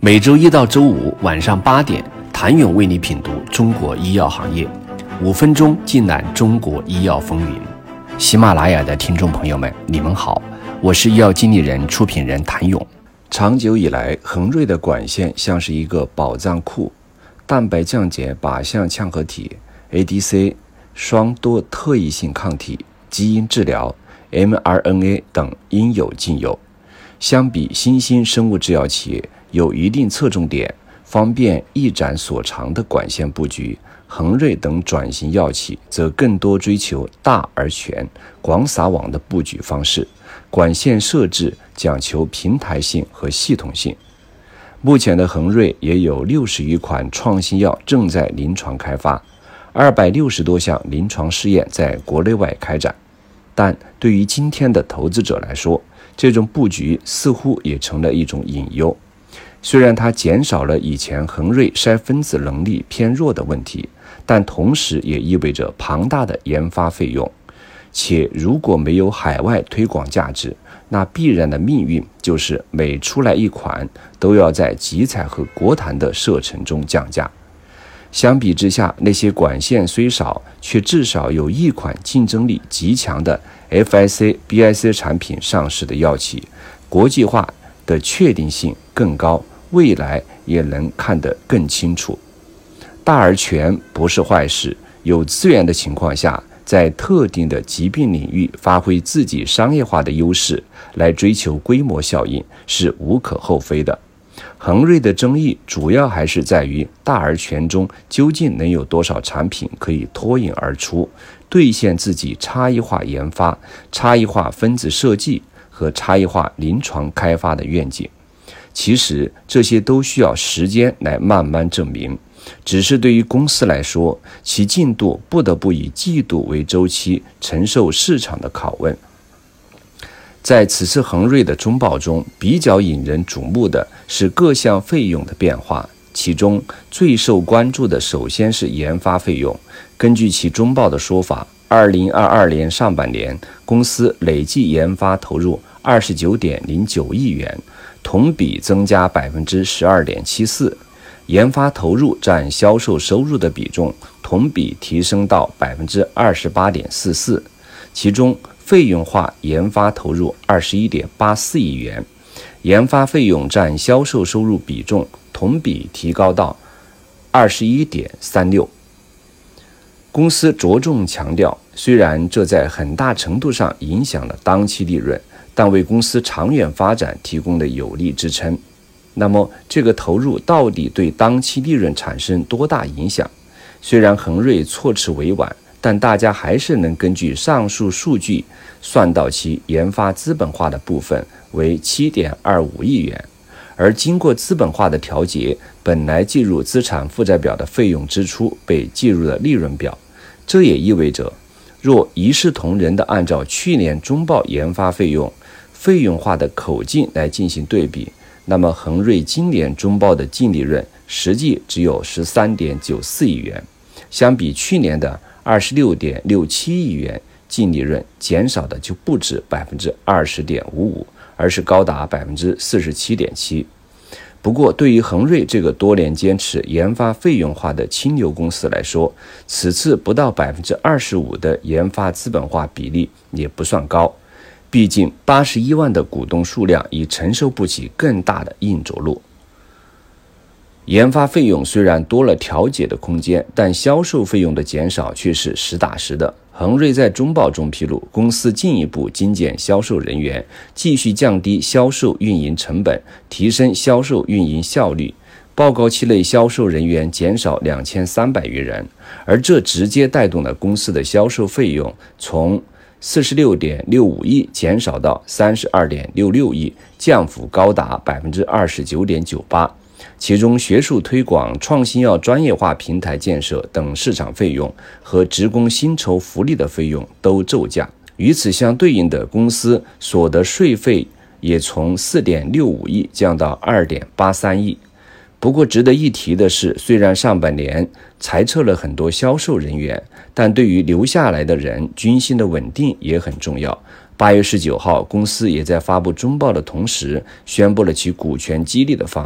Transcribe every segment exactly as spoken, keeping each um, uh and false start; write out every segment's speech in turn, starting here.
每周一到周五晚上八点，谭勇为你品读中国医药行业，五分钟尽览中国医药风云。喜马拉雅的听众朋友们，你们好，我是医药经理人、出品人谭勇。长久以来，恒瑞的管线像是一个宝藏库，蛋白降解靶向羟合体、A D C、双多特异性抗体、基因治疗、M R N A 等应有尽有。相比新兴生物制药企业有一定侧重点，方便一展所长的管线布局，恒瑞等转型药企则更多追求大而全、广撒网的布局方式，管线设置讲求平台性和系统性。目前的恒瑞也有六十余款创新药正在临床开发，二百六十多项临床试验在国内外开展。但对于今天的投资者来说，这种布局似乎也成了一种隐忧。虽然它减少了以前恒瑞筛分子能力偏弱的问题，但同时也意味着庞大的研发费用。且如果没有海外推广价值，那必然的命运就是每出来一款都要在集采和国谈的射程中降价。相比之下，那些管线虽少，却至少有一款竞争力极强的 F I C、B I C 产品上市的药企，国际化的确定性更高，未来也能看得更清楚。大而全不是坏事，有资源的情况下，在特定的疾病领域发挥自己商业化的优势，来追求规模效应是无可厚非的。恒瑞的争议主要还是在于大而全中究竟能有多少产品可以脱颖而出，兑现自己差异化研发、差异化分子设计和差异化临床开发的愿景。其实这些都需要时间来慢慢证明，只是对于公司来说，其进度不得不以季度为周期，承受市场的拷问。在此次恒瑞的中报中，比较引人瞩目的是各项费用的变化，其中最受关注的首先是研发费用。根据其中报的说法，二零二二年上半年，公司累计研发投入 二十九点零九亿元，同比增加 百分之十二点七四， 研发投入占销售收入的比重同比提升到 百分之二十八点四四， 其中费用化研发投入 二十一点八四亿元，研发费用占销售收入比重同比提高到 二十一点三六。公司着重强调，虽然这在很大程度上影响了当期利润，但为公司长远发展提供了有力支撑。那么这个投入到底对当期利润产生多大影响？虽然恒瑞措辞委婉，但大家还是能根据上述数据算到其研发资本化的部分为 七点二五亿元，而经过资本化的调节，本来计入资产负债表的费用支出被计入了利润表。这也意味着，若一视同仁地按照去年中报研发费用费用化的口径来进行对比，那么恒瑞今年中报的净利润实际只有 十三点九四亿元，相比去年的二十六点六七亿元，净利润减少的就不止 百分之二十点五五， 而是高达 百分之四十七点七。不过对于恒瑞这个多年坚持研发费用化的清流公司来说，此次不到 百分之二十五 的研发资本化比例也不算高，毕竟八十一万的股东数量已承受不起更大的硬着陆。研发费用虽然多了调节的空间，但销售费用的减少却是实打实的。恒瑞在中报中披露，公司进一步精简销售人员，继续降低销售运营成本，提升销售运营效率。报告期内销售人员减少两千三百余人，而这直接带动了公司的销售费用从四十六点六五亿减少到三十二点六六亿，降幅高达 百分之二十九点九八。其中学术推广、创新药专业化平台建设等市场费用和职工薪酬福利的费用都骤降。与此相对应的，公司所得税费也从 四点六五亿降到 二点八三亿。不过值得一提的是，虽然上半年裁撤了很多销售人员，但对于留下来的人，军心的稳定也很重要。八月十九号，公司也在发布中报的同时，宣布了其股权激励的方案。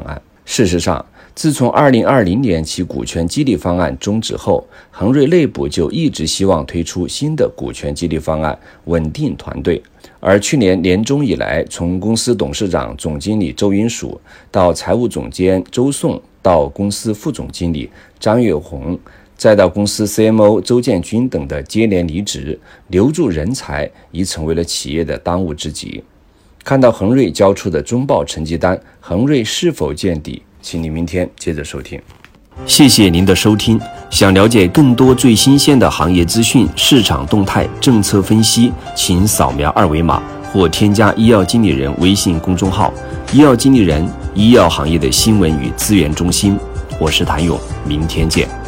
事实上，自从二零二零年其股权激励方案终止后，恒瑞内部就一直希望推出新的股权激励方案，稳定团队。而去年年中以来，从公司董事长、总经理周云蜀到财务总监周颂，到公司副总经理张月红，再到公司 C M O 周建军等的接连离职，留住人才已成为了企业的当务之急。看到恒瑞交出的中报成绩单，恒瑞是否见底？请你明天接着收听。谢谢您的收听。想了解更多最新鲜的行业资讯、市场动态、政策分析，请扫描二维码或添加医药经理人微信公众号“医药经理人”，医药行业的新闻与资源中心。我是谭勇，明天见。